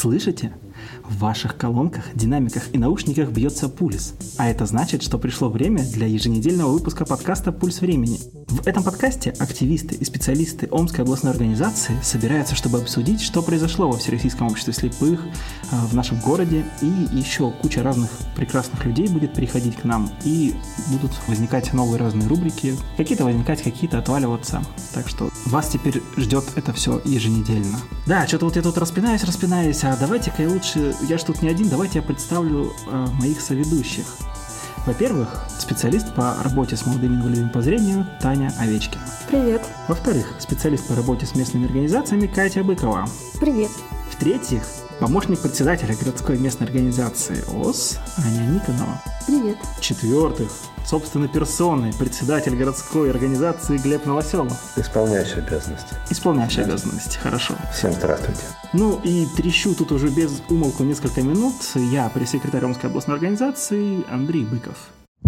Слышите? В ваших колонках, динамиках и наушниках бьется пульс. А это значит, что пришло время для еженедельного выпуска подкаста «Пульс времени». В этом подкасте активисты и специалисты Омской областной организации собираются, чтобы обсудить, что произошло во Всероссийском обществе слепых, в нашем городе, и еще куча разных прекрасных людей будет приходить к нам, и будут возникать новые разные рубрики, какие-то возникать, какие-то отваливаться. Так что вас теперь ждет это все еженедельно. Да, что-то вот я тут распинаюсь, а давайте-ка я лучше, я ж тут не один, давайте я представлю моих соведущих. Во-первых, специалист по работе с молодыми инвалидами по зрению Таня Овечкина. Привет. Во-вторых, специалист по работе с местными организациями Катя Быкова. Привет. В-третьих, помощник председателя городской местной организации ОС Аня Никонова. Привет. В-четвертых, собственной персоной председатель городской организации Глеб Новоселов. Исполняющий обязанности. Исполняющий обязанности, хорошо. Всем здравствуйте. Ну и трещу тут уже без умолку несколько минут. Я пресс-секретарь Омской областной организации Андрей Быков.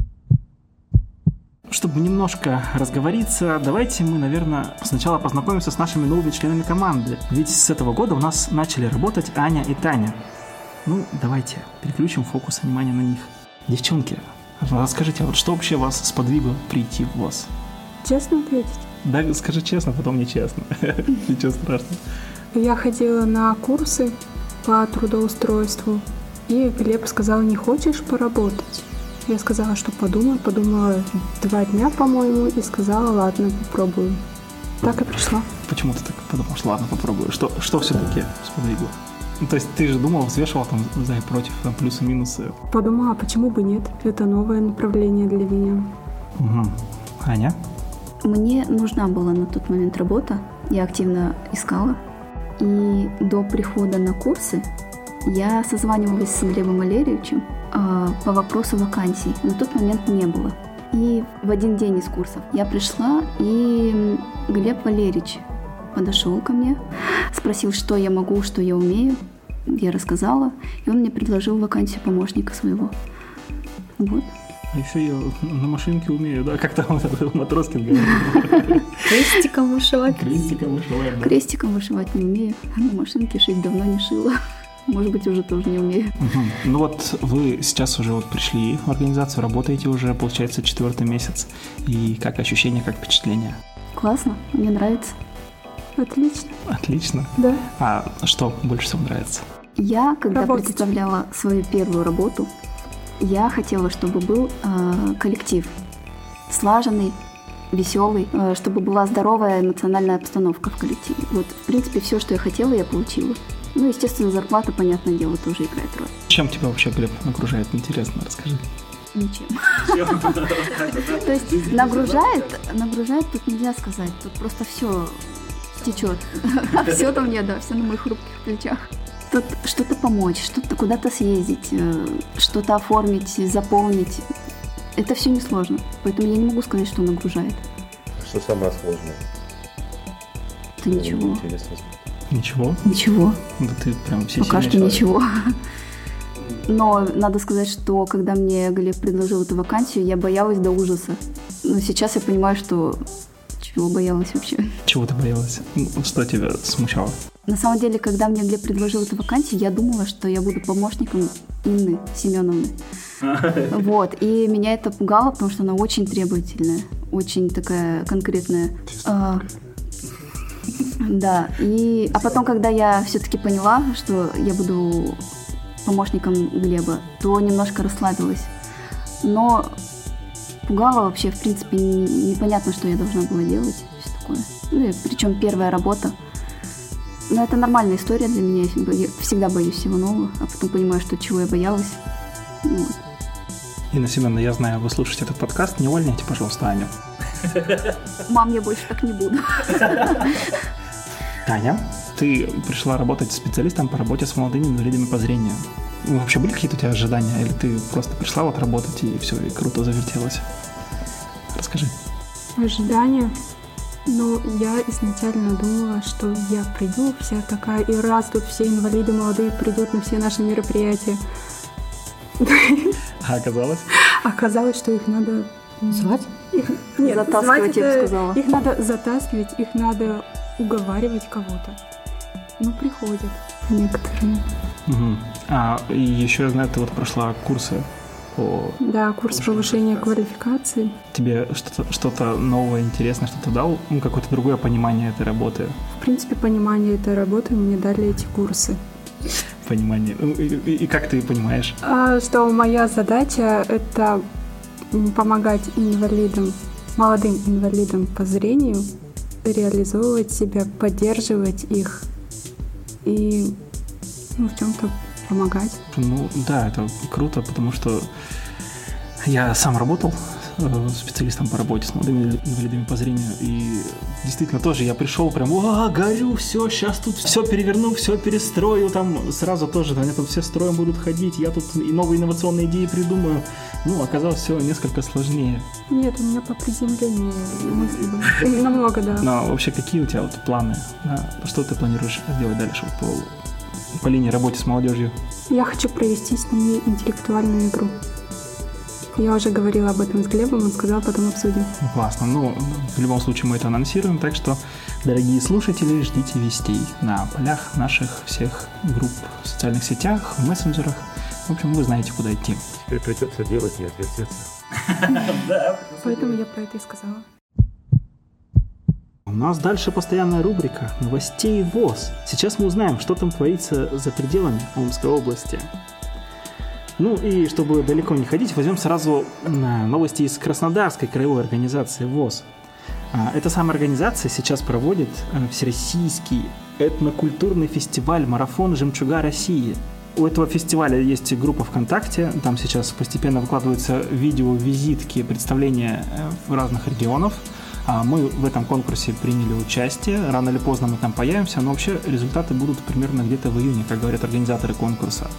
Чтобы немножко разговориться, давайте мы, наверное, сначала познакомимся с нашими новыми членами команды. Ведь с этого года у нас начали работать Аня и Таня. Ну, давайте переключим фокус внимания на них. Девчонки, расскажите, вот что вообще вас сподвигло прийти в ВОС? Честно ответить? Да, скажи честно, потом нечестно. Ничего страшного. Я ходила на курсы по трудоустройству, и Глеб сказал: не хочешь поработать? Я сказала, что подумала 2 дня, по-моему, и сказала: ладно, попробую. Так и пришла. Почему ты так подумала, что ладно, попробую? Что все-таки сподвигло? Ну, то есть ты же думала, взвешивала там за и против, там плюсы-минусы? Подумала, почему бы нет? Это новое направление для меня. Угу. Аня? Мне нужна была на тот момент работа, я активно искала. И до прихода на курсы я созванивалась с Глебом Валерьевичем по вопросу вакансий. На тот момент не было. И в один день из курсов я пришла, и Глеб Валерьевич подошел ко мне, спросил, что я могу, что я умею. Я рассказала, и он мне предложил вакансию помощника своего. Вот. А еще я на машинке умею, да? Как там Матроскин говорит? Крестиком вышивать. Крестиком вышивать не умею. На машинке шить давно не шила. Может быть, уже тоже не умею. Угу. Ну вот вы сейчас уже пришли в организацию, работаете уже, получается, 4-й месяц. И как ощущения, как впечатления? Классно, мне нравится. Отлично. Отлично? Да. А что больше всего нравится? Я, когда представляла свою первую работу, я хотела, чтобы был коллектив слаженный, веселый, чтобы была здоровая эмоциональная обстановка в коллективе. Вот, в принципе, все, что я хотела, я получила. Ну, естественно, зарплата, понятное дело, тоже играет роль. Чем тебя вообще, Глеб, окружает? Интересно, расскажи. Ничем. То есть нагружает тут нельзя сказать. Тут просто все течет. Все там нет, да, все на моих хрупких плечах. Тут что-то помочь, что-то куда-то съездить, что-то оформить, заполнить. Это все несложно. Поэтому я не могу сказать, что нагружает. Что самое сложное? Это ничего. Ничего? Ничего. Да ты прям все пока что человек. Ничего. Но надо сказать, что когда мне Глеб предложил эту вакансию, я боялась до ужаса. Но сейчас я понимаю, что чего боялась вообще. Чего ты боялась? Что тебя смущало? На самом деле, когда мне Глеб предложил эту вакансию, я думала, что я буду помощником Инны Семеновны. Вот. И меня это пугало, потому что она очень требовательная, очень такая конкретная. Да. А потом, когда я все-таки поняла, что я буду помощником Глеба, то немножко расслабилась. Но пугало вообще, в принципе, непонятно, что я должна была делать. Все такое. Ну, причем первая работа. Но это нормальная история для меня. Я всегда боюсь всего нового, а потом понимаю, что чего я боялась. Вот. Инна Семеновна, я знаю, вы слушаете этот подкаст. Не увольняйте, пожалуйста, Аню. Мам, я больше так не буду. Таня, ты пришла работать специалистом по работе с молодыми инвалидами по зрению. Вообще были какие-то у тебя ожидания? Или ты просто пришла работать и все, и круто завертелась? Расскажи. Ожидания? Ну, я изначально думала, что я приду вся такая, и раз тут все инвалиды молодые придут на все наши мероприятия. А оказалось? Оказалось, что их надо звать? Нет, затаскивать, я бы сказала. Их надо затаскивать, их надо уговаривать кого-то. Ну, приходят некоторые. И еще я знаю, ты вот прошла курсы Да, курс повышения квалификации. Тебе что-то новое, интересное, что-то дал? Какое-то другое понимание этой работы? В принципе, понимание этой работы мне дали эти курсы. Понимание. И как ты понимаешь? Что моя задача — это помогать инвалидам, молодым инвалидам по зрению реализовывать себя, поддерживать их и в чем-то помогать. Да, это круто, потому что я сам работал специалистом по работе с молодыми инвалидами по зрению, и действительно тоже я пришел прям, горю, все, сейчас тут все переверну, все перестрою, там сразу тоже, они тут все строем будут ходить, я тут и новые инновационные идеи придумаю. Оказалось все несколько сложнее. Нет, у меня по приземлению мысли были. Намного, да. Но вообще какие у тебя вот планы? Что ты планируешь делать дальше по линии работы с молодежью? Я хочу провести с ними интеллектуальную игру. Я уже говорила об этом с Глебом, он сказал, потом обсудим. Классно. В любом случае мы это анонсируем, так что, дорогие слушатели, ждите вестей на полях наших всех групп в социальных сетях, в мессенджерах. В общем, вы знаете, куда идти. Теперь придется делать, не отвертеться. Поэтому я про это и сказала. У нас дальше постоянная рубрика «Новостей ВОС». Сейчас мы узнаем, что там творится за пределами Омской области. И чтобы далеко не ходить, возьмем сразу новости из Краснодарской краевой организации ВОС. Эта самая организация сейчас проводит всероссийский этнокультурный фестиваль «Марафон Жемчуга России». У этого фестиваля есть группа ВКонтакте, там сейчас постепенно выкладываются видео-визитки, представления разных регионов. Мы в этом конкурсе приняли участие, рано или поздно мы там появимся, но вообще результаты будут примерно где-то в июне, как говорят организаторы конкурса.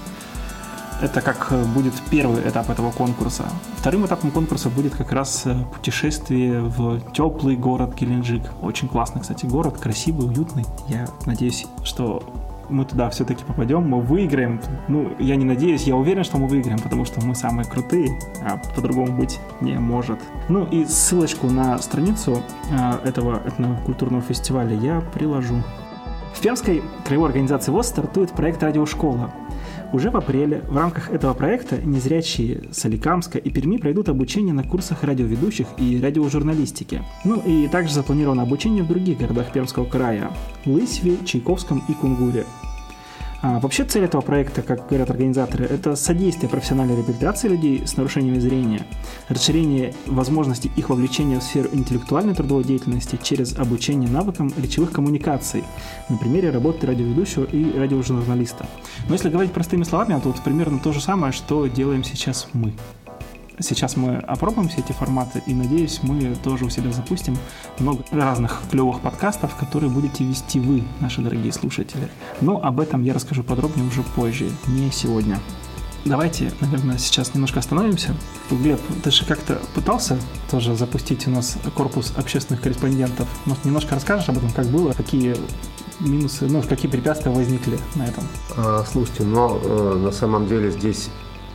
Это как будет первый этап этого конкурса. Вторым этапом конкурса будет как раз путешествие в теплый город Геленджик. Очень классный, кстати, город, красивый, уютный. Я надеюсь, что мы туда все-таки попадем, мы выиграем. Я не надеюсь, я уверен, что мы выиграем, потому что мы самые крутые, а по-другому быть не может. И ссылочку на страницу этого этнокультурного фестиваля я приложу. В Пермской краевой организации ВОС стартует проект «Радиошкола». Уже в апреле в рамках этого проекта незрячие Соликамска и Перми пройдут обучение на курсах радиоведущих и радиожурналистики. И также запланировано обучение в других городах Пермского края – Лысьве, Чайковском и Кунгуре. Вообще цель этого проекта, как говорят организаторы, это содействие профессиональной реабилитации людей с нарушениями зрения, расширение возможностей их вовлечения в сферу интеллектуальной трудовой деятельности через обучение навыкам речевых коммуникаций на примере работы радиоведущего и радиожурналиста. Но если говорить простыми словами, то примерно то же самое, что делаем сейчас мы. Сейчас мы опробуем все эти форматы, и, надеюсь, мы тоже у себя запустим много разных клевых подкастов, которые будете вести вы, наши дорогие слушатели. Но об этом я расскажу подробнее уже позже, не сегодня. Давайте, наверное, сейчас немножко остановимся. Глеб, ты же как-то пытался тоже запустить у нас корпус общественных корреспондентов. Может, немножко расскажешь об этом, как было, какие минусы, какие препятствия возникли на этом? Слушайте, на самом деле здесь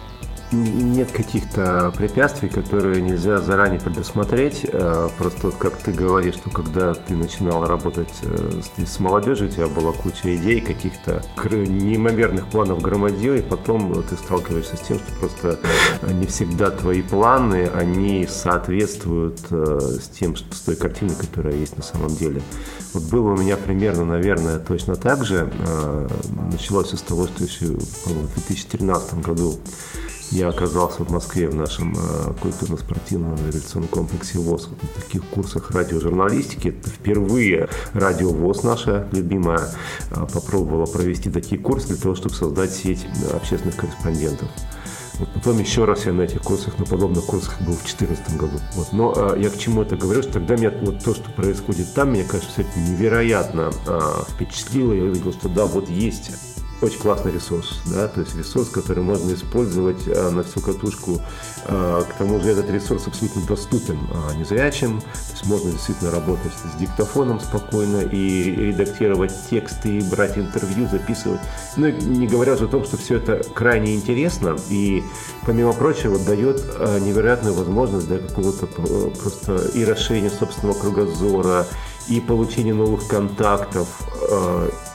нет каких-то препятствий, которые нельзя заранее предусмотреть. Просто как ты говоришь, что когда ты начинал работать с молодежью, у тебя была куча идей, каких-то неимоверных планов громадил, и потом ты сталкиваешься с тем, что просто не всегда твои планы, они соответствуют с той картиной, которая есть на самом деле. Вот было у меня примерно, наверное, точно так же. Началось все с того, что еще, в 2013 году я оказался в Москве в нашем культурно-спортивном революционном комплексе ВОС, на таких курсах радиожурналистики. Это впервые Радио ВОС, наша любимая, попробовала провести такие курсы для того, чтобы создать сеть общественных корреспондентов. Потом еще раз я на этих курсах, на подобных курсах был в 2014 году. Но я к чему это говорю, что тогда меня то, что происходит там, мне кажется, все это невероятно впечатлило. Я увидел, что есть очень классный ресурс, то есть ресурс, который можно использовать на всю катушку. К тому же этот ресурс абсолютно доступен незрячим, то есть можно действительно работать с диктофоном спокойно и редактировать тексты, брать интервью, записывать. Не говоря уже о том, что все это крайне интересно и, помимо прочего, дает невероятную возможность для какого-то просто и расширения собственного кругозора, и получения новых контактов,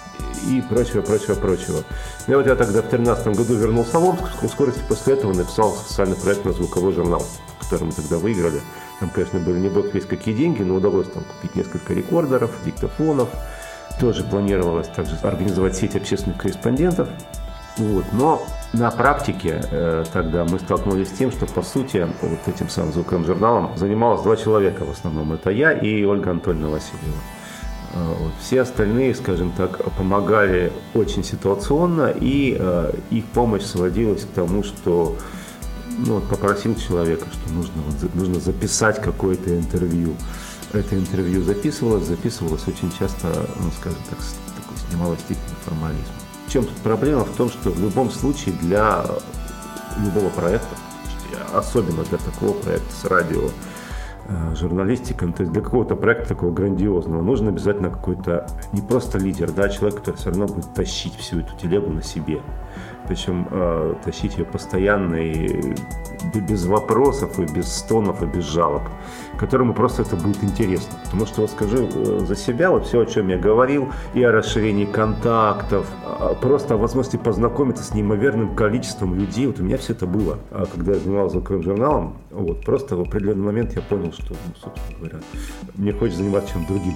и прочего. И вот я тогда в 2013 году вернулся в Омск, в скорости после этого написал социальный проект на звуковой журнал, который мы тогда выиграли. Там, конечно, были не бог весь какие деньги, но удалось там купить несколько рекордеров, диктофонов. Тоже планировалось также организовать сеть общественных корреспондентов. Вот. Но на практике тогда мы столкнулись с тем, что, по сути, вот этим самым звуковым журналом занималось 2 человека в основном. Это я и Ольга Анатольевна Васильева. Вот. Все остальные, скажем так, помогали очень ситуационно, и их помощь сводилась к тому, что попросил человека, что нужно записать какое-то интервью. Это интервью записывалось очень часто, скажем так, с такой немалой степени формализма. В чем тут проблема? В том, что в любом случае для любого проекта, особенно для такого проекта с радио, журналистикой, то есть для какого-то проекта такого грандиозного, нужен обязательно какой-то не просто лидер, человек, который все равно будет тащить всю эту телегу на себе. Причем тащить ее постоянно и без вопросов, и без стонов, и без жалоб, которому просто это будет интересно. Потому что, скажу за себя, все, о чем я говорил, и о расширении контактов, просто о возможности познакомиться с неимоверным количеством людей. У меня все это было, когда я занимался звуковым журналом. Просто в определенный момент я понял, что, собственно говоря, мне хочется заниматься чем-то другим.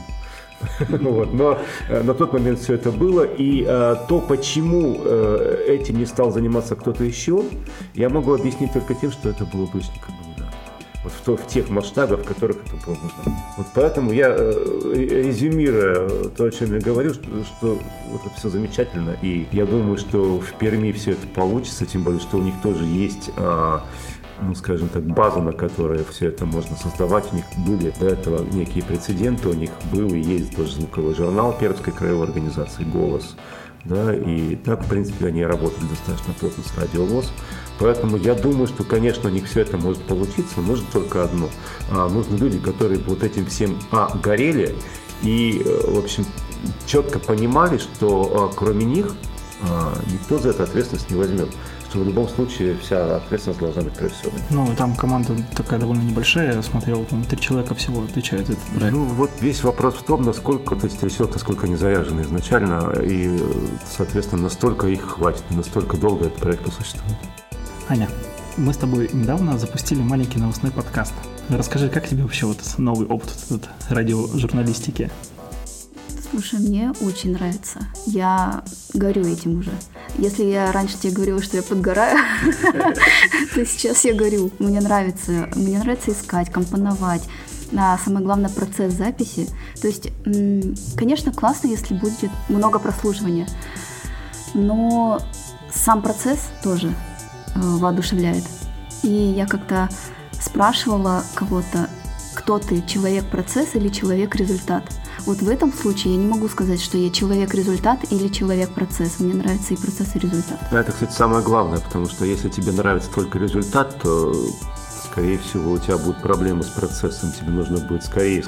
Но на тот момент все это было, и то, почему этим не стал заниматься кто-то еще, я могу объяснить только тем, что это было больше никому не надо. В тех масштабах, в которых это было нужно. Поэтому я, резюмируя то, о чем я говорю, что это все замечательно, и я думаю, что в Перми все это получится, тем более, что у них тоже есть... скажем так, базу, на которой все это можно создавать. У них были до этого некие прецеденты, у них был и есть тоже звуковой журнал Пермской краевой организации «Голос». И так, в принципе, они работали достаточно плотно с Радио ВОС. Поэтому я думаю, что, конечно, у них все это может получиться, нужно только одно. Нужны люди, которые бы этим всем горели и, в общем, четко понимали, что кроме них никто за это ответственность не возьмет. Что в любом случае вся ответственность должна быть профессиональной. Там команда такая довольно небольшая, я смотрел, 3 человека всего отвечают за этот проект. Весь вопрос в том, насколько эти 3 человека, насколько они заряжены изначально, и, соответственно, настолько их хватит, настолько долго этот проект существует. Аня, мы с тобой недавно запустили маленький новостной подкаст. Расскажи, как тебе вообще новый опыт радиожурналистики? Слушай, мне очень нравится. Я горю этим уже. Если я раньше тебе говорила, что я подгораю, то сейчас я горю. Мне нравится искать, компоновать. Самое главное, процесс записи. То есть, конечно, классно, если будет много прослушивания. Но сам процесс тоже воодушевляет. И я как-то спрашивала кого-то, кто ты, человек-процесс или человек-результат? В этом случае я не могу сказать, что я человек-результат или человек-процесс. Мне нравится и процесс, и результат. Это, кстати, самое главное, потому что если тебе нравится только результат, то, скорее всего, у тебя будут проблемы с процессом. Тебе нужно будет скорее.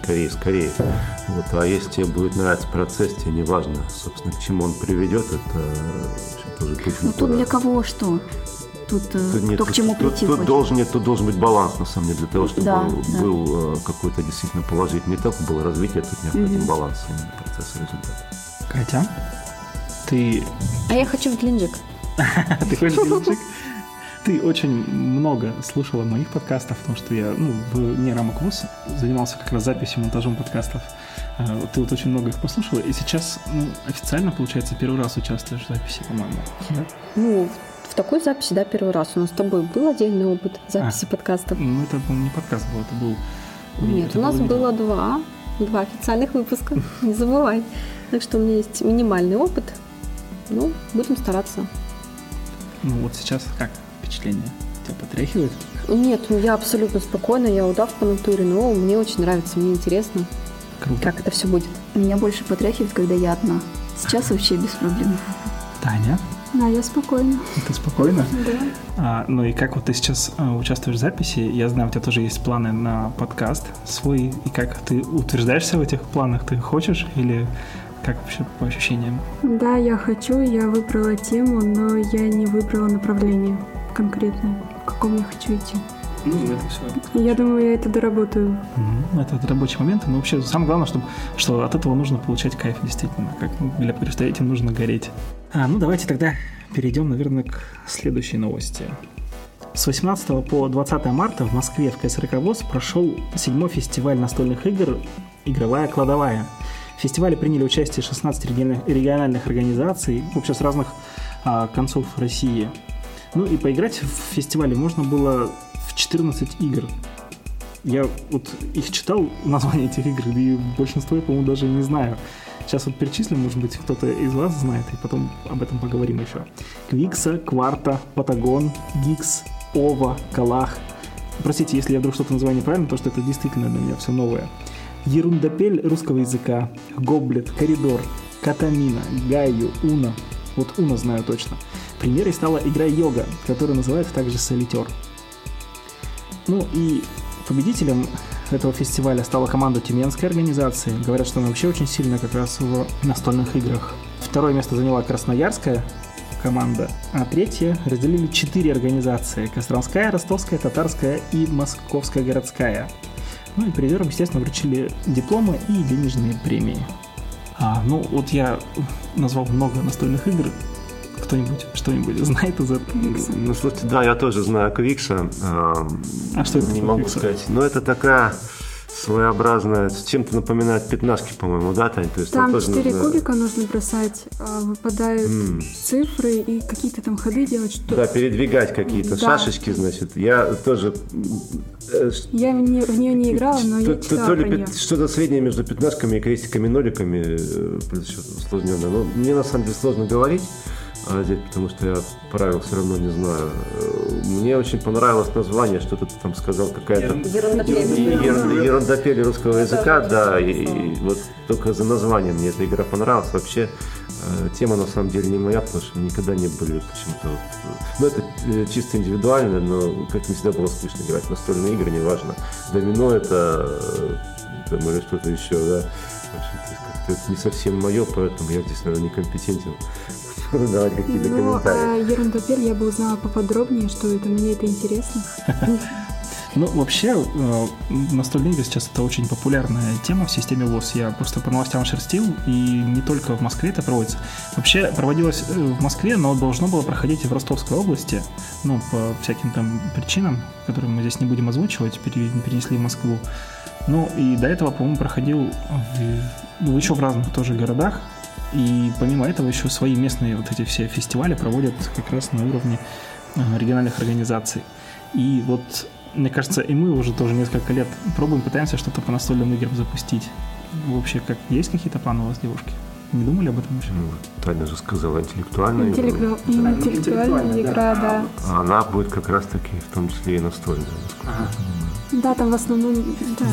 А если тебе будет нравиться процесс, тебе не важно, собственно, к чему он приведет, это тоже точно. Тут для кого что? Тут к чему прийти. Тут должен быть баланс, на самом деле, для того, чтобы был какой-то действительно положительный этап, было развитие, тут необходим баланс именно процесса и результата. Катя, ты... А я хочу в Геленджик. Ты хочешь в Геленджик? Ты очень много слушала моих подкастов, потому что я вне рамок ВОС занимался как раз записью, монтажом подкастов. Ты очень много их послушала, и сейчас официально, получается, первый раз участвуешь в записи, по-моему. Да? В такой записи, первый раз. У нас с тобой был отдельный опыт записи подкастов. Это был не подкаст был, это был... Нет, у нас было два официальных выпуска, не забывай. Так что у меня есть минимальный опыт. Будем стараться. Сейчас как впечатление? Тебя потряхивает? Нет, я абсолютно спокойна, я удав по натуре, но мне очень нравится, мне интересно. Круто. Как это все будет. Меня больше потряхивает, когда я одна. Сейчас вообще без проблем. Таня? Да, я спокойна. Ты спокойна? Да. И как ты сейчас участвуешь в записи? Я знаю, у тебя тоже есть планы на подкаст свой. И как ты утверждаешься в этих планах? Ты хочешь или как вообще по ощущениям? Да, я хочу. Я выбрала тему, но я не выбрала направление конкретное, в каком я хочу идти. Ну, это все. Я думаю, я это доработаю. Это рабочий момент. Но вообще самое главное, что от этого нужно получать кайф, действительно. Как Глеб говорит, что этим нужно гореть. Давайте тогда перейдем, наверное, к следующей новости. С 18 по 20 марта в Москве в КСРК ВОС прошел 7-й фестиваль настольных игр «Игровая кладовая». В фестивале приняли участие 16 региональных организаций, вообще с разных концов России. Ну и поиграть в фестивале можно было в 14 игр. Я вот их читал, названия этих игр, и большинство я, по-моему, даже не знаю. Сейчас вот перечислим, может быть, кто-то из вас знает, и потом об этом поговорим еще. Квикса, Кварта, Патагон, Гикс, Ова, Калах. Простите, если я вдруг что-то называю неправильно, потому что это действительно для меня все новое. Ерундапель русского языка, Гоблет, Коридор, Катамина, Гайю, Уна. Вот Уна знаю точно. Примерой стала игра Йога, которую называют также Солитер. Ну и победителем этого фестиваля стала команда Тюменской организации. Говорят, что она вообще очень сильная как раз в настольных играх. Второе место заняла Красноярская команда, а третье разделили 4 организации: Костромская, Ростовская, Татарская и Московская городская. Ну и призерам, естественно, вручили дипломы и денежные премии. Ну вот я назвал много настольных игр. Кто-нибудь что-нибудь знает из этого? Ну, слушайте, да, я тоже знаю Квикса. Что это? Не могу Квикса сказать. Но это такая своеобразная, чем-то напоминает пятнашки, по-моему, да, Тань? То есть там 4 кубика нужно бросать, выпадают цифры и какие-то там ходы делать. Что... Да, передвигать какие-то шашечки, значит. Я тоже... Я в нее не играла, но я читала про нее. Что-то среднее между пятнашками и крестиками-ноликами, плюс что-то усложненное. Но мне, на самом деле, сложно говорить здесь, потому что я правил все равно не знаю. Мне очень понравилось название, что ты там сказал, какая-то ерундапель русского языка, да, и вот только за названием мне эта игра понравилась. Вообще тема на самом деле не моя, потому что мы никогда не были почему-то... Ну, это чисто индивидуально, но как-то всегда было скучно играть в настольные игры, неважно. Домино это или что-то еще, да. В общем-то, как-то это не совсем мое, поэтому я здесь, наверное, некомпетентен давать какие-то комментарии. Ерундапель я бы узнала поподробнее, что это, мне это интересно. Ну, вообще, настольные игры сейчас это очень популярная тема в системе ВОС. Я просто по новостям шерстил, и не только в Москве это проводится. Вообще, проводилось в Москве, но должно было проходить и в Ростовской области, ну, по всяким там причинам, которые мы здесь не будем озвучивать, перенесли в Москву. Ну, и до этого, по-моему, проходил еще в разных тоже городах. И помимо этого еще свои местные вот эти все фестивали проводят как раз на уровне региональных организаций. И вот, мне кажется, и мы уже тоже несколько лет пробуем, пытаемся что-то по настольным играм запустить. Вообще, есть какие-то планы у вас, девушки? Не думали об этом вообще? Ну, Таня же сказала интеллектуальная интеллектуальная игра, да. А она будет как раз-таки в том числе и настольная, насколько я понимаю. Да, там в основном... Да.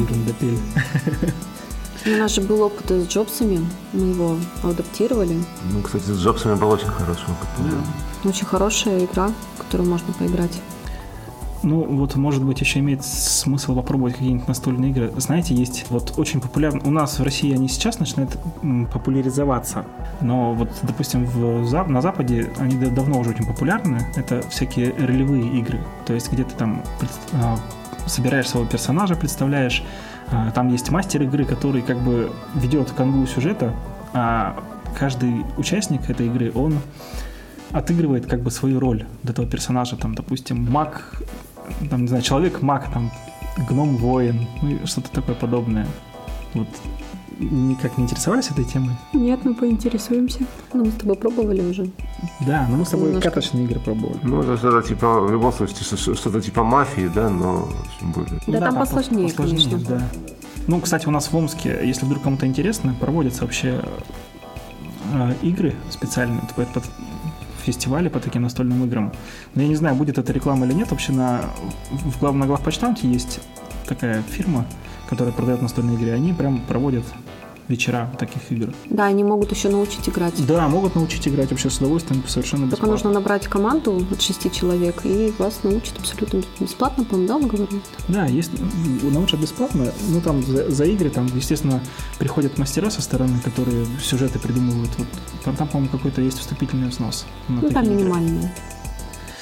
У нас же был опыт с Джобсами, мы его адаптировали. Ну, кстати, с Джобсами был очень хороший опыт. Да. Очень хорошая игра, в которую можно поиграть. Ну, вот, может быть, еще имеет смысл попробовать какие-нибудь настольные игры. Знаете, есть вот очень популярны... У нас в России они сейчас начинают популяризоваться, но вот, допустим, на Западе они давно уже очень популярны. Это всякие ролевые игры. То есть, где ты там собираешь своего персонажа, представляешь. Там есть мастер игры, который как бы ведет канву сюжета, а каждый участник этой игры, он отыгрывает как бы свою роль этого персонажа. Там, допустим, маг, там, не знаю, человек-маг, там, гном-воин, ну, что-то такое подобное. Вот. Никак не интересовались этой темой? Нет, мы поинтересуемся. Ну, мы с тобой пробовали уже. Да, но мы с тобой каточные игры пробовали. Ну, это что-то типа, в любом случае, что-то типа мафии, да, но очень более... Да, там посложнее, конечно. Да. Ну, кстати, у нас в Омске, если вдруг кому-то интересно, проводятся вообще игры специальные, фестивали по таким настольным играм. Но я не знаю, будет это реклама или нет. Вообще на главпочтамте есть такая фирма, которая продает настольные игры. Они прям проводят вечера таких игр. Да, они могут еще научить играть. Да, могут научить играть вообще с удовольствием, совершенно бесплатно. Только нужно набрать команду от 6 человек, и вас научат абсолютно бесплатно, по-моему, да, мы говорим? Да, научат бесплатно. Ну, там за игры, там, естественно, приходят мастера со стороны, которые сюжеты придумывают. Вот, там, по-моему, какой-то есть вступительный взнос. Ну, там минимальный.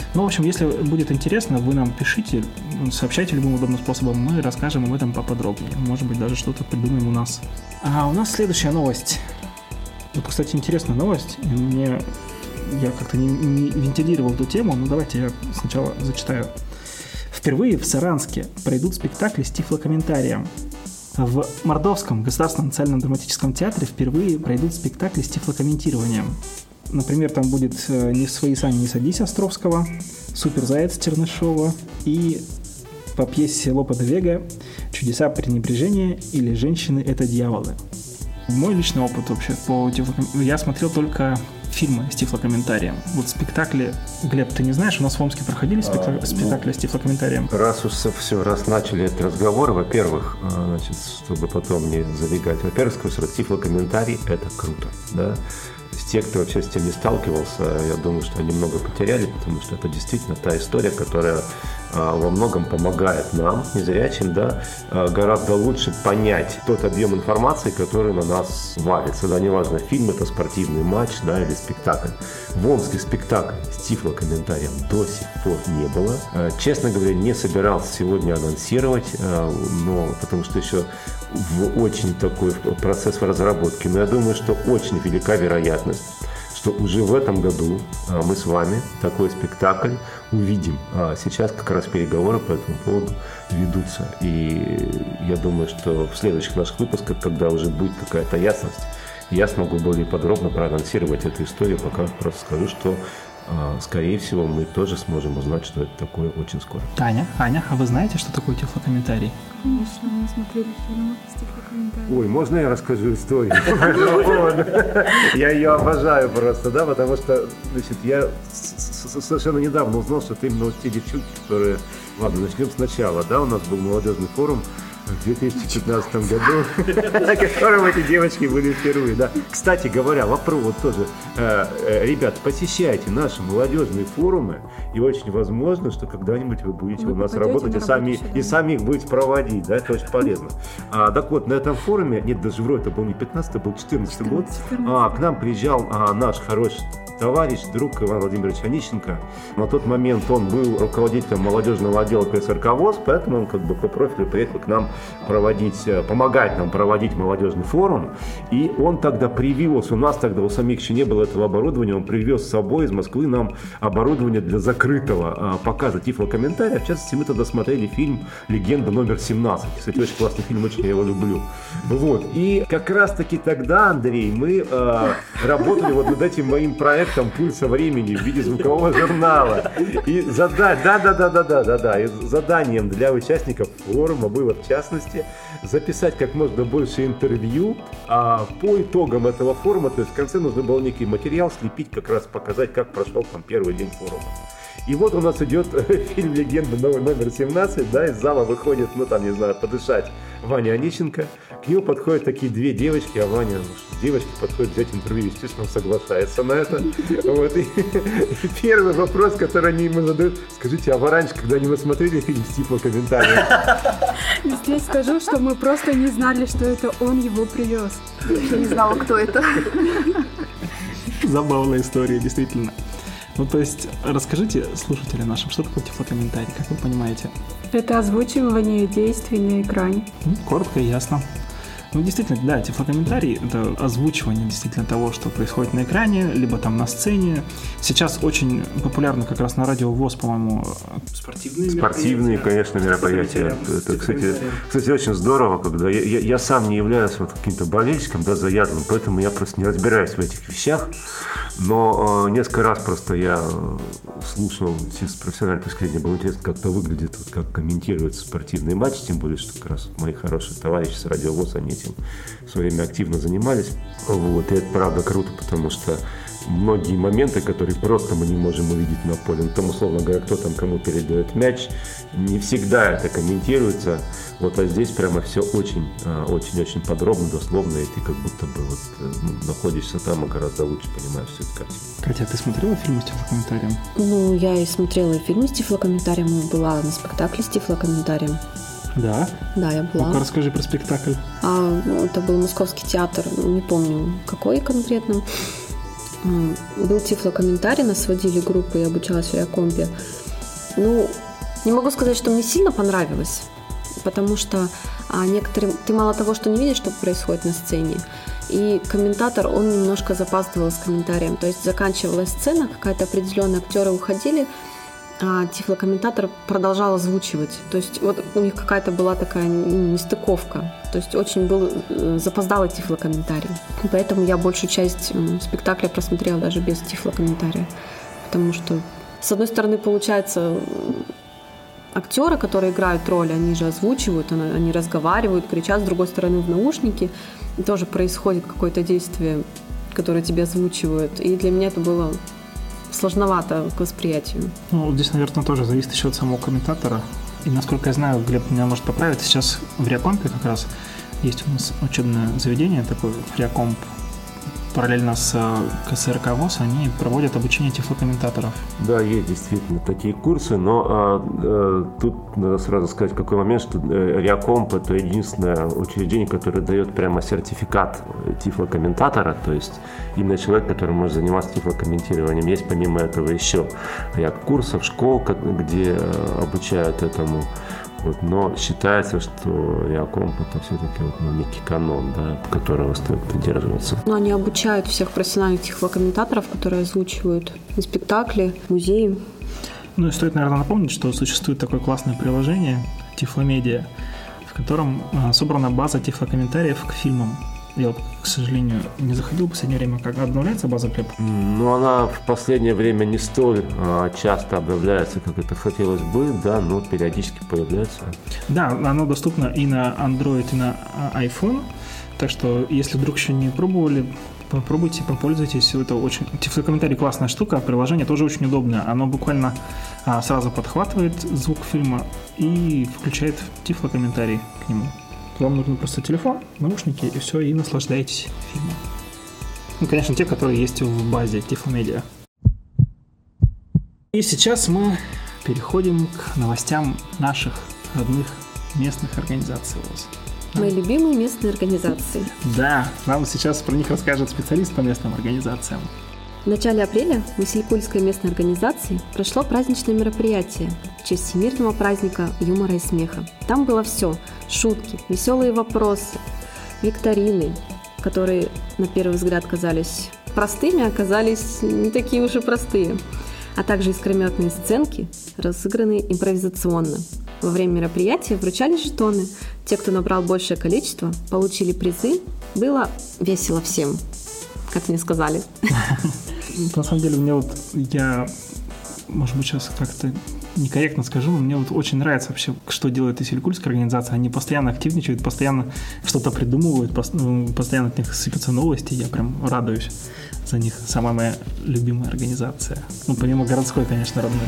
Ну, в общем, если будет интересно, вы нам пишите, сообщайте любым удобным способом, мы расскажем об этом поподробнее. Может быть, даже что-то придумаем у нас. А у нас следующая новость. Вот, кстати, интересная новость. Я как-то не вентилировал эту тему, но давайте я сначала зачитаю. Впервые в Саранске пройдут спектакли с тифлокомментарием. В Мордовском государственном национальном драматическом театре впервые пройдут спектакли с тифлокомментированием. Например, там будет «Не в свои сани не садись» Островского, «Суперзаяц» Чернышова и по пьесе Лопе де Вега «Чудеса пренебрежения» или «Женщины – это дьяволы». Мой личный опыт вообще по тифлокомментарию. Я смотрел только фильмы с тифлокомментарием. Вот спектакли... Глеб, ты не знаешь, у нас в Омске проходили спектакли с тифлокомментарием? Раз начали этот разговор, во-первых, значит, чтобы потом не забегать, во-первых, скажу сразу, тифлокомментарий – это круто, да? Те, кто вообще с этим не сталкивался, я думаю, что они много потеряли, потому что это действительно та история, которая во многом помогает нам, незрячим, да, гораздо лучше понять тот объем информации, который на нас валится. Да, неважно, фильм это спортивный матч, да, или спектакль. В Омске спектакль с тифлокомментарием до сих пор не было. Честно говоря, не собирался сегодня анонсировать, но потому что еще в очень такой процесс разработки. Но я думаю, что очень велика вероятность, что уже в этом году мы с вами такой спектакль увидим. Сейчас как раз переговоры по этому поводу ведутся. И я думаю, что в следующих наших выпусках, когда уже будет какая-то ясность, я смогу более подробно проанонсировать эту историю. Пока просто скажу, что скорее всего, мы тоже сможем узнать, что это такое очень скоро. Аня, а вы знаете, что такое тифлокомментарий? Конечно, мы смотрели фильмы с тифлокомментарием. Ой, можно я расскажу историю? Я ее обожаю просто, да, потому что, значит, я совершенно недавно узнал, что это именно вот те девчонки, которые... Ладно, начнем сначала, да, у нас был молодежный форум в 2015 году, на котором эти девочки были впервые, да. Кстати говоря, вопрос вот тоже, ребят, посещайте наши молодежные форумы, и очень возможно, что когда-нибудь вы будете у нас работать и сами их будете проводить, да, это очень полезно. Так вот, на этом форуме, нет, даже вроде это был не 15, это был 14 год, к нам приезжал наш хороший товарищ, друг Иван Владимирович Онищенко. На тот момент он был руководителем молодежного отдела ПСРК ВОС, поэтому он как бы по профилю приехал к нам помогать нам проводить молодежный форум. И он тогда привез, у нас тогда у самих еще не было этого оборудования, он привез с собой из Москвы нам оборудование для закрытого показа тифлокомментария. В частности, мы тогда смотрели фильм «Легенда номер 17». Кстати, очень классный фильм, очень я его люблю. Вот. И как раз-таки тогда, Андрей, мы работали вот над этим моим проектом «Пульса времени» в виде звукового журнала. И заданием для участников форума было, в частности, записать как можно больше интервью по итогам этого форума. То есть в конце нужно было некий материал слепить, как раз показать, как прошел там первый день форума. И вот у нас идет фильм «Легенда номер 17», да, из зала выходит, не знаю, подышать Ваня Онищенко. К нему подходят такие две девочки, а Ваня, девочки подходят взять интервью, естественно, он соглашается на это. Вот. И первый вопрос, который они ему задают: скажите, а вы раньше когда-нибудь смотрели фильм с тифлокомментарием? Здесь скажу, что мы просто не знали, что это он его привез. Я не знала, кто это. Забавная история, действительно. Ну, то есть, расскажите слушателям нашим, что такое тифлокомментарий, как вы понимаете? Это озвучивание действий на экране. Коротко и ясно. Ну, действительно, да, тифлокомментарий – это озвучивание действительно того, что происходит на экране, либо там на сцене. Сейчас очень популярно как раз на радио ВОС, по-моему, спортивные, конечно, мероприятия. Это, кстати, очень здорово, когда я сам не являюсь вот каким-то болельщиком, да, заядлым, поэтому я просто не разбираюсь в этих вещах. Но несколько раз просто я слушал с профессиональной точки зрения, было интересно, как это выглядит, вот, как комментируется спортивный матч, тем более, что как раз мои хорошие товарищи с радио ВОС, они этим в свое время активно занимались. Вот, и это правда круто, потому что многие моменты, которые просто мы не можем увидеть на поле, ну, там, условно говоря, кто там кому передает мяч, не всегда это комментируется. Вот, а здесь прямо все очень-очень подробно, дословно, и ты как будто бы находишься там и гораздо лучше понимаешь всю эту картину. Катя, ты смотрела фильмы с тифлокомментарием? Ну, я и смотрела фильмы с тифлокомментарием, и была на спектакле с тифлокомментарием. Да? Да, я была. Ну-ка, расскажи про спектакль. Это был Московский театр, не помню, какой конкретно. Был тифлокомментарий, нас сводили группы, я обучалась в Реакомпе. Ну, не могу сказать, что мне сильно понравилось, потому что некоторым ты мало того, что не видишь, что происходит на сцене, и комментатор, он немножко запаздывал с комментарием. То есть заканчивалась сцена, какая-то определенная, актеры уходили, а тифлокомментатор продолжал озвучивать. То есть вот у них какая-то была такая нестыковка. То есть очень был запоздалый тифлокомментарий. Поэтому я большую часть спектакля просмотрела даже без тифлокомментария. Потому что, с одной стороны, получается, актеры, которые играют роли, они же озвучивают, они разговаривают, кричат. С другой стороны, в наушнике тоже происходит какое-то действие, которое тебе озвучивают. И для меня это было сложновато к восприятию. Ну, здесь, наверное, тоже зависит еще от самого комментатора. И, насколько я знаю, Глеб меня может поправить, сейчас в Реакомпе как раз есть у нас учебное заведение, такое Реакомп, параллельно с КСРК ВОС, они проводят обучение тифлокомментаторов. Да, есть действительно такие курсы, но тут надо сразу сказать, в какой момент, что Реакомп – это единственное учреждение, которое дает прямо сертификат тифлокомментатора, то есть именно человек, который может заниматься тифлокомментированием. Есть помимо этого еще ряд курсов, школ, где обучают этому. Вот, но считается, что Реакомп – это все-таки некий канон, да, которого стоит придерживаться. Но они обучают всех профессиональных тифлокомментаторов, которые озвучивают и спектакли, музеи. Ну и стоит, наверное, напомнить, что существует такое классное приложение Тифломедиа, в котором собрана база тифлокомментариев к фильмам. Я вот, к сожалению, не заходил в последнее время, как обновляется база, Глеб? Ну, она в последнее время не столь часто обновляется, как это хотелось бы, да, но периодически появляется. Да, оно доступно и на Android, и на iPhone, так что, если вдруг еще не пробовали, попробуйте, попользуйтесь. Это очень... Тифлокомментарий классная штука, приложение тоже очень удобное. Оно буквально сразу подхватывает звук фильма и включает тифлокомментарий к нему. Вам нужен просто телефон, наушники, и все, и наслаждаетесь фильмом. Ну, конечно, те, которые есть в базе Тифломедиа. И сейчас мы переходим к новостям наших родных местных организаций ВОС. Мои любимые местные организации. Да, нам сейчас про них расскажет специалист по местным организациям. В начале апреля в Василькульской местной организации прошло праздничное мероприятие в честь всемирного праздника юмора и смеха. Там было все – шутки, веселые вопросы, викторины, которые на первый взгляд казались простыми, оказались не такие уж и простые, а также искрометные сценки, разыгранные импровизационно. Во время мероприятия вручали жетоны. Те, кто набрал большее количество, получили призы. Было весело всем, как мне сказали. На самом деле, мне вот, я, может быть, сейчас как-то некорректно скажу, но мне вот очень нравится вообще, что делает Василькульская организация. Они постоянно активничают, постоянно что-то придумывают, постоянно от них сыпятся новости. Я прям радуюсь за них. Самая моя любимая организация. Ну, помимо городской, конечно, родной.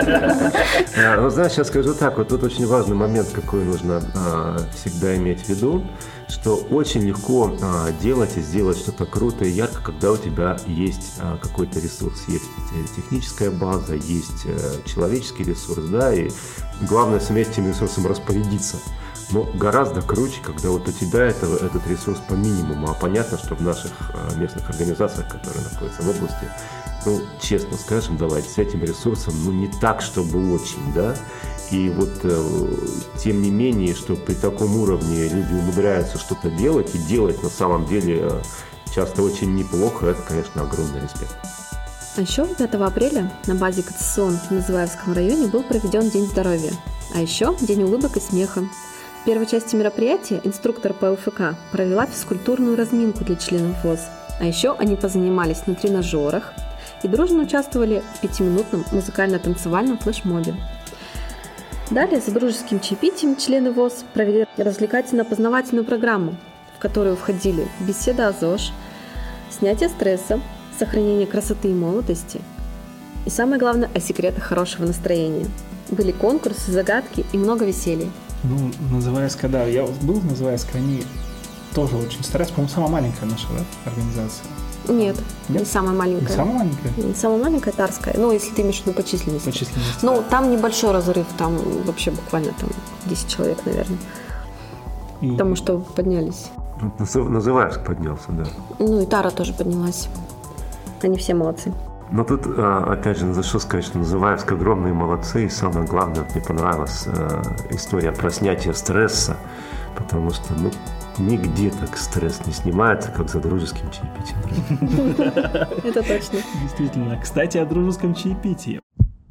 Ну, знаешь, сейчас скажу так, вот тут очень важный момент, какой нужно всегда иметь в виду, что очень легко делать и сделать что-то крутое и ярко, когда у тебя есть какой-то ресурс, есть техническая база, есть человеческий ресурс, да, и главное суметь этим ресурсом распорядиться. Но гораздо круче, когда вот у тебя этот ресурс по минимуму, а понятно, что в наших местных организациях, которые находятся в области, ну, честно скажем, давайте, с этим ресурсом, ну, не так, чтобы очень, да, и вот, тем не менее, что при таком уровне люди умудряются что-то делать, и делать на самом деле часто очень неплохо, это, конечно, огромный респект. А еще 5 апреля на базе КЦСОН в Называевском районе был проведен День здоровья, а еще День улыбок и смеха. В первой части мероприятия инструктор по ЛФК провела физкультурную разминку для членов ВОС, а еще они позанимались на тренажерах и дружно участвовали в 5-минутном музыкально-танцевальном флешмобе. Далее за дружеским чаепитием члены ВОС провели развлекательно-познавательную программу, в которую входили беседа о ЗОЖ, снятие стресса, сохранение красоты и молодости и, самое главное, о секретах хорошего настроения. Были конкурсы, загадки и много веселья. Ну, Называевская, да, я был в Называевской, они тоже очень стараются, по-моему, самая маленькая наша, да, организация? Нет, не самая маленькая. Не самая маленькая? Не самая маленькая, Тарская. Ну, если ты имеешь в виду по численности. По численности. Ну, там небольшой разрыв, там вообще буквально там 10 человек, наверное. Потому что поднялись. Называевск поднялся, да. Ну, и Тара тоже поднялась. Они все молодцы. Но тут, опять же, за что сказать, что Называевск огромные молодцы, и самое главное, мне понравилась история про снятие стресса, потому что, нигде так стресс не снимается, как за дружеским чаепитием. Это точно. Действительно. Кстати, о дружеском чаепитии.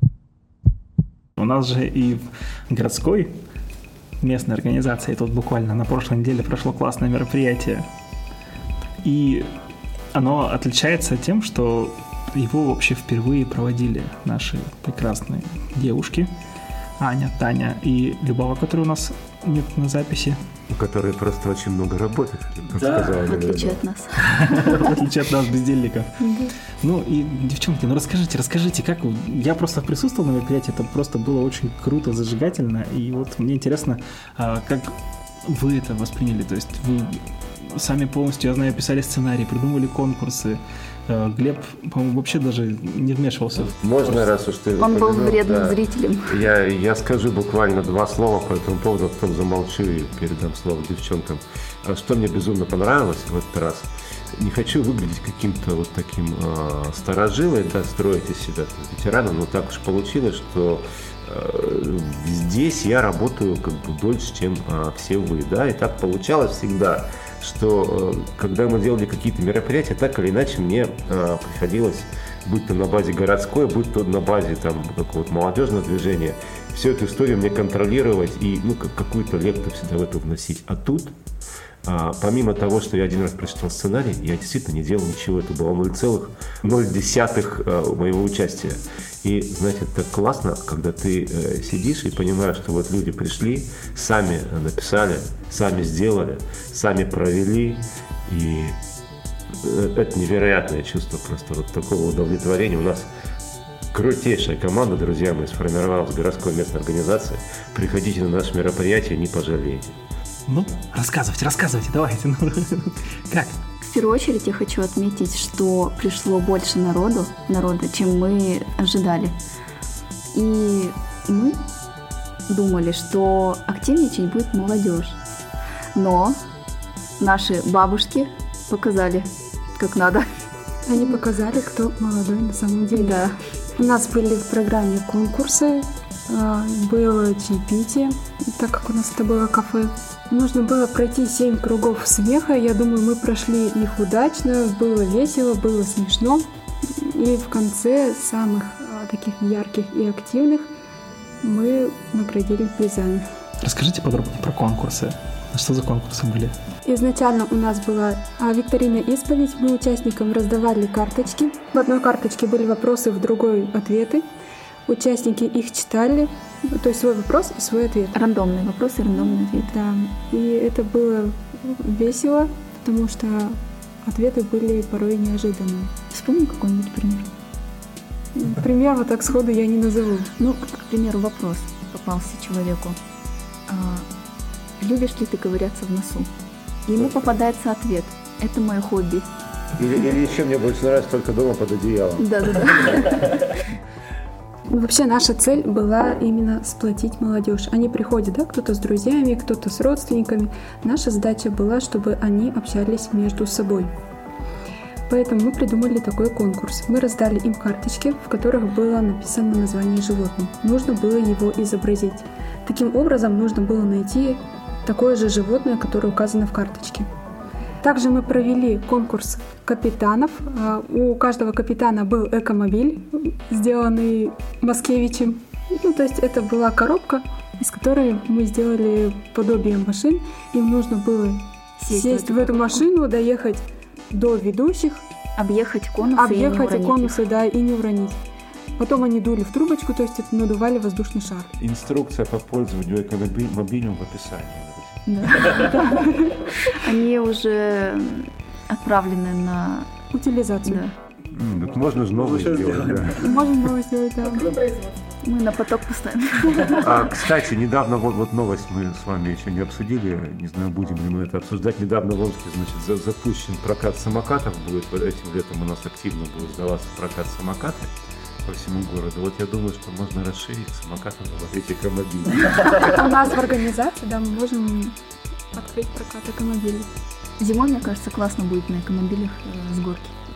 У нас же и в городской местной организации тут буквально на прошлой неделе прошло классное мероприятие. И оно отличается тем, что его вообще впервые проводили наши прекрасные девушки Аня, Таня и Любава, которые у нас нет на записи. Которые просто очень много работают, как Да, сказала В отличие от нас. В отличие от нас, бездельников. Ну и, девчонки, расскажите, как вы... Я просто присутствовал на мероприятии, это просто было очень круто, зажигательно, и вот мне интересно, как вы это восприняли, то есть вы сами полностью, я знаю, писали сценарий, придумывали конкурсы. Глеб, по-моему, вообще даже не вмешивался. Можно, раз уж ты... Он был вредным зрителем. Я скажу буквально 2 слова по этому поводу, а потом замолчу и передам слово девчонкам. Что мне безумно понравилось в этот раз, не хочу выглядеть каким-то вот таким старожилой, да, строить из себя ветераном, но так уж получилось, что здесь я работаю как бы дольше, чем все вы, да, и так получалось всегда, что когда мы делали какие-то мероприятия, так или иначе мне приходилось, будь то на базе городской, будь то на базе там какого-то молодежного движения, всю эту историю мне контролировать и какую-то лепту всегда в это вносить. А тут, помимо того, что я один раз прочитал сценарий, я действительно не делал ничего, это было 0,0 моего участия. И, знаете, это так классно, когда ты сидишь и понимаешь, что вот люди пришли, сами написали, сами сделали, сами провели, и это невероятное чувство просто вот такого удовлетворения. У нас крутейшая команда, друзья мои, сформировалась в городской местной организации. Приходите на наше мероприятие, не пожалеете. Ну, рассказывайте, давайте. Как? В первую очередь я хочу отметить, что пришло больше народа, чем мы ожидали. И мы думали, что активничать будет молодежь. Но наши бабушки показали, как надо. Они показали, кто молодой на самом деле. Да. У нас были в программе конкурсы, было чаепитие, так как у нас это было кафе. Нужно было пройти 7 кругов смеха. Я думаю, мы прошли их удачно, было весело, было смешно. И в конце самых таких ярких и активных мы наградили призами. Расскажите подробнее про конкурсы. Что за конкурсы были? Изначально у нас была викторина «Исповедь». Мы участникам раздавали карточки. В одной карточке были вопросы, в другой ответы. Участники их читали, то есть свой вопрос и свой ответ. Рандомные вопросы, рандомные ответы. Да, и это было весело, потому что ответы были порой неожиданные. Вспомни какой-нибудь пример. Пример вот так сходу я не назову. Ну, к примеру, вопрос попался человеку. Любишь ли ты ковыряться в носу? Ему попадается ответ. Это мое хобби. Или еще мне больше нравится только дома под одеялом. Да. Вообще наша цель была именно сплотить молодежь. Они приходят, да, кто-то с друзьями, кто-то с родственниками. Наша задача была, чтобы они общались между собой. Поэтому мы придумали такой конкурс. Мы раздали им карточки, в которых было написано название животного. Нужно было его изобразить. Таким образом, нужно было найти такое же животное, которое указано в карточке. Также мы провели конкурс капитанов. У каждого капитана был экомобиль, сделанный Маскевичем. То есть это была коробка, из которой мы сделали подобие машин. Им нужно было сесть в эту машину, доехать до ведущих, объехать конусы, да, и не уронить. Потом они дули в трубочку, то есть это надували воздушный шар. Инструкция по пользованию экомобилем в описании. Да. Они уже отправлены на утилизацию. Да. Так можно же новое сделать. Да. Можно новое сделать, да. Мы на поток поставим. Кстати, недавно, вот новость мы с вами еще не обсудили, не знаю, будем ли мы это обсуждать. Недавно в Омске, значит, запущен прокат самокатов будет. Этим летом у нас активно будет сдаваться прокат самокатов по всему городу. Вот я думаю, что можно расширить самокаты на эти экомобили. У нас в организации, да, мы можем открыть прокат экомобилей. Зимой, мне кажется, классно будет на экомобилях с горки.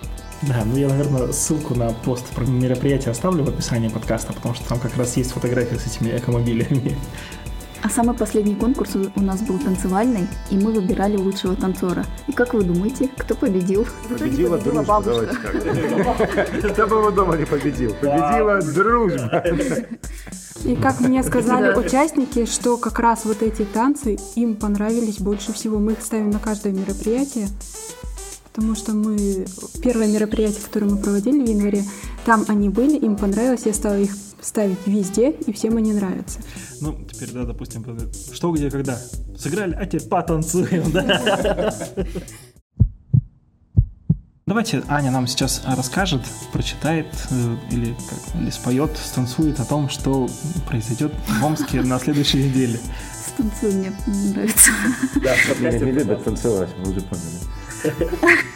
Да, ну я, наверное, ссылку на пост про мероприятие оставлю в описании подкаста, потому что там как раз есть фотографии с этими экомобилями. А самый последний конкурс у нас был танцевальный, и мы выбирали лучшего танцора. И как вы думаете, кто победил? Победила дружба. Бабушка. Кто бы его дома не победил? Победила дружба. И как мне сказали участники, что как раз вот эти танцы им понравились больше всего. Мы их ставим на каждое мероприятие, потому что первое мероприятие, которое мы проводили в январе, там они были, им понравилось, я стала их ставить везде, и всем они нравятся. Ну, теперь, да, допустим, что, где, когда. Сыграли, а теперь потанцуем, да? Давайте Аня нам сейчас расскажет, прочитает или споет, станцует о том, что произойдет в Омске на следующей неделе. Станцуй, мне нравится. Да, я не любят танцевать, вы уже поняли.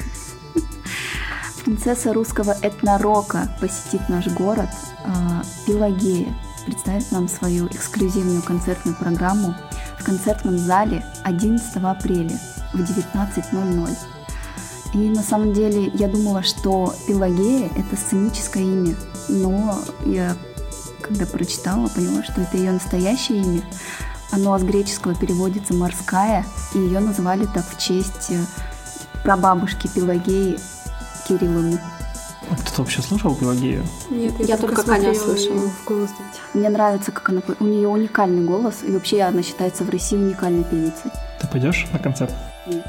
Принцесса русского этнорока посетит наш город. Пелагея представит нам свою эксклюзивную концертную программу в концертном зале 11 апреля в 19:00. И на самом деле я думала, что Пелагея — это сценическое имя, но я, когда прочитала, поняла, что это ее настоящее имя. Оно с греческого переводится «морская», и ее называли так в честь прабабушки Пелагеи Кирилловны. Кто-то вообще слушал Пелагею? Нет, Я только Коня слышала. В голос дать. Мне нравится, как она... У нее уникальный голос, и вообще она считается в России уникальной певицей. Ты пойдешь на концерт? Нет.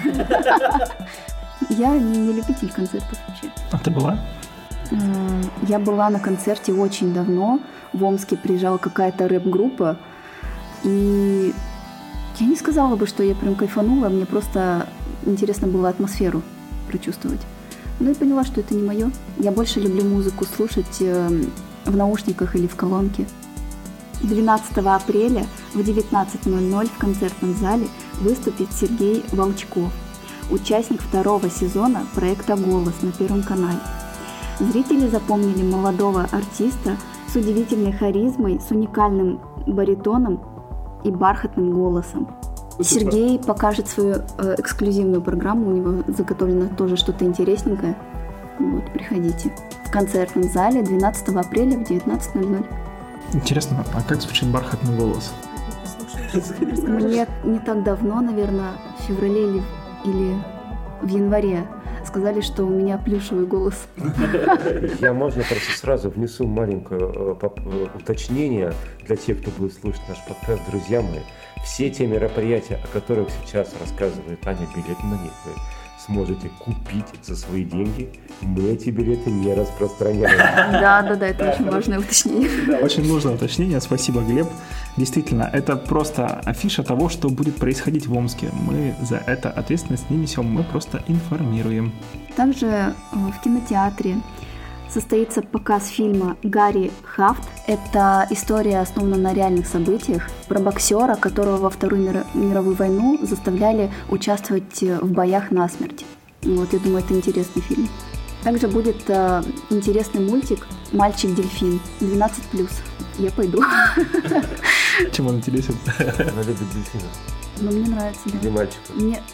Я не любитель концертов вообще. А ты была? Я была на концерте очень давно. В Омске приезжала какая-то рэп-группа. И я не сказала бы, что я прям кайфанула. Мне просто интересно было атмосферу прочувствовать. Ну и поняла, что это не мое. Я больше люблю музыку слушать в наушниках или в колонке. 12 апреля в 19:00 в концертном зале выступит Сергей Волчков, участник второго сезона проекта «Голос» на Первом канале. Зрители запомнили молодого артиста с удивительной харизмой, с уникальным баритоном и бархатным голосом. Сергей покажет свою эксклюзивную программу, у него заготовлено тоже что-то интересненькое. Вот, приходите. В концертном зале 12 апреля в 19:00. Интересно, а как звучит бархатный голос? Мне не так давно, наверное, в феврале или в январе сказали, что у меня плюшевый голос. Я, можно, просто сразу внесу маленькое уточнение для тех, кто будет слушать наш подкаст, друзья мои. Все те мероприятия, о которых сейчас рассказывает Аня, билеты на них вы сможете купить за свои деньги. Мы эти билеты не распространяем. Да, это очень важное уточнение. Очень нужное уточнение, спасибо, Глеб. Действительно, это просто афиша того, что будет происходить в Омске. Мы за это ответственность не несем, мы просто информируем. Также в кинотеатре состоится показ фильма «Гарри Хафт». Это история, основана на реальных событиях, про боксера, которого во Вторую мировую войну заставляли участвовать в боях насмерть. Вот, я думаю, это интересный фильм. Также будет интересный мультик «Мальчик-дельфин» 12+. Я пойду. Чем он интересен? Она любит дельфинов. Но мне нравится, да. Или мальчиков.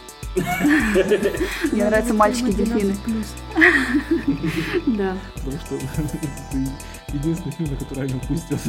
Мне нравятся мальчики-дельфины. Да. Потому что это единственный фильм, на который они упустят.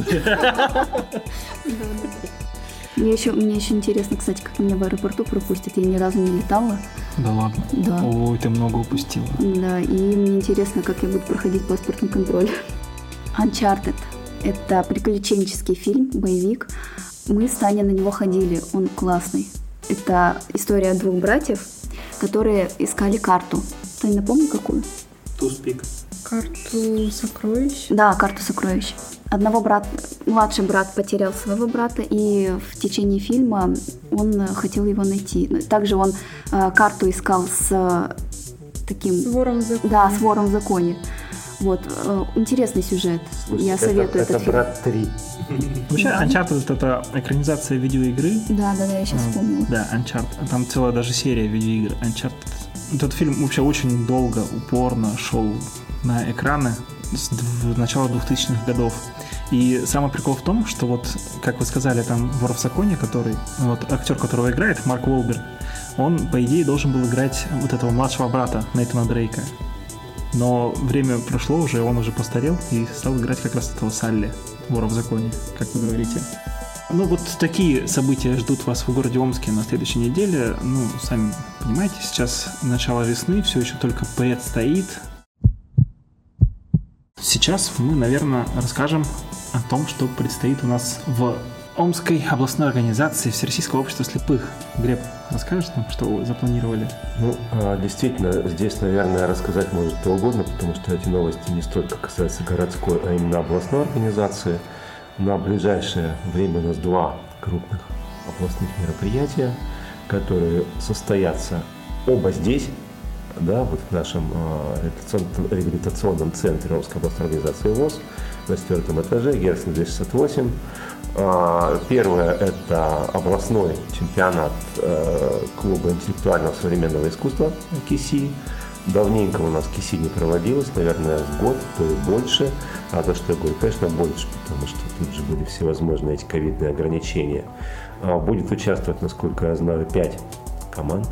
Мне еще интересно, кстати, как меня в аэропорту пропустят. Я ни разу не летала. Да ладно? Да. Ой, ты много упустила. Да, и мне интересно, как я буду проходить паспортный контроль. Uncharted. Это приключенческий фильм, боевик. Мы с Таней на него ходили, он классный. Это история двух братьев, которые искали карту. Ты напомни, какую? Туспик. Карту сокровищ. Да, карту сокровищ. Младший брат потерял своего брата, и в течение фильма он хотел его найти. Также он карту искал с таким... С вором в законе. Да, с вором в законе. Вот, интересный сюжет. Слушайте, я советую этот фильм. «Брат 3». Вообще, Uncharted — это экранизация видеоигры. Да, я сейчас вспомнила. Да, Uncharted. Там целая даже серия видеоигр. Uncharted. Этот фильм вообще очень долго, упорно шел на экраны с начала 2000-х годов. И самый прикол в том, что вот, как вы сказали, там вор в законе, который, вот актер, которого играет, Марк Уолберг, он, по идее, должен был играть вот этого младшего брата Нейтана Дрейка. Но время прошло уже, он уже постарел и стал играть как раз этого Салли, вора в законе, как вы говорите. Ну, вот такие события ждут вас в городе Омске на следующей неделе. Ну, сами понимаете, сейчас начало весны, все еще только предстоит. Сейчас мы, наверное, расскажем о том, что предстоит у нас в Омской областной организации Всероссийского общества слепых. Глеб, расскажешь нам, что вы запланировали? Ну, действительно, здесь, наверное, рассказать может кто угодно, потому что эти новости не столько касаются городской, а именно областной организации. На ближайшее время у нас 2 крупных областных мероприятия, которые состоятся оба здесь, да, вот в нашем реабилитационном центре Омской областной организации ВОС на 4-м этаже, Герцена 268. Первое – это областной чемпионат клуба интеллектуального современного искусства КИСИ. Давненько у нас КИСИ не проводилось, наверное, год, то и больше. А за что я говорю? Конечно, больше, потому что тут же были всевозможные эти ковидные ограничения. Будет участвовать, насколько я знаю, 5 команд.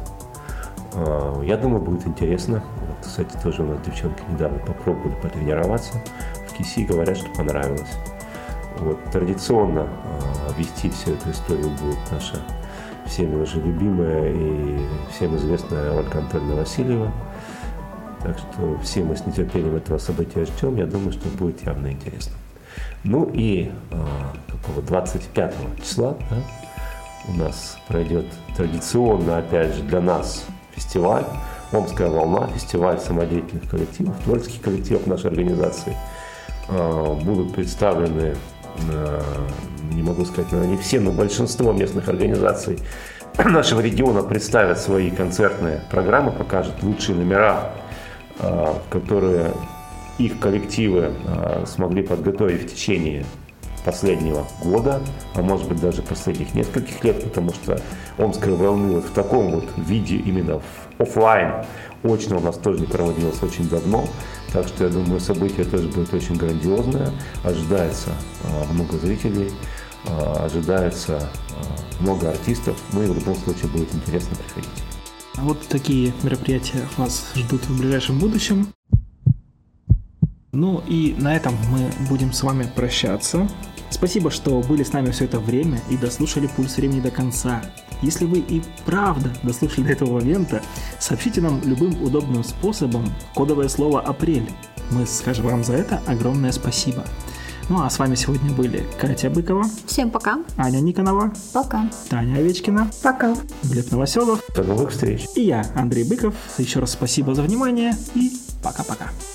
Я думаю, будет интересно. Вот, кстати, тоже у нас девчонки недавно попробовали потренироваться в КИСИ, говорят, что понравилось. Вот, традиционно вести всю эту историю будет наша всеми уже любимая и всем известная Ольга Анатольевна Васильева. Так что все мы с нетерпением этого события ждем. Я думаю, что будет явно интересно. Ну и 25 числа, да, у нас пройдет традиционно, опять же, для нас фестиваль «Омская волна», фестиваль самодеятельных коллективов, творческих коллективов нашей организации. Будут представлены, не могу сказать, наверное, не все, но большинство местных организаций нашего региона представят свои концертные программы, покажут лучшие номера, которые их коллективы смогли подготовить в течение последнего года, а может быть даже последних нескольких лет, потому что «Омская волна» вот в таком вот виде, именно в офлайн, очно у нас тоже не проводилось очень давно. Так что я думаю, событие тоже будет очень грандиозное. Ожидается много зрителей, ожидается много артистов. Ну и в любом случае будет интересно приходить. Вот такие мероприятия вас ждут в ближайшем будущем. Ну и на этом мы будем с вами прощаться. Спасибо, что были с нами все это время и дослушали «Пульс времени» до конца. Если вы и правда дослушали до этого момента, сообщите нам любым удобным способом кодовое слово «Апрель». Мы скажем вам за это огромное спасибо. Ну а с вами сегодня были Катя Быкова. Всем пока. Аня Никонова. Пока. Таня Овечкина. Пока. Глеб Новоселов. До новых встреч. И я, Андрей Быков. Еще раз спасибо за внимание и пока-пока.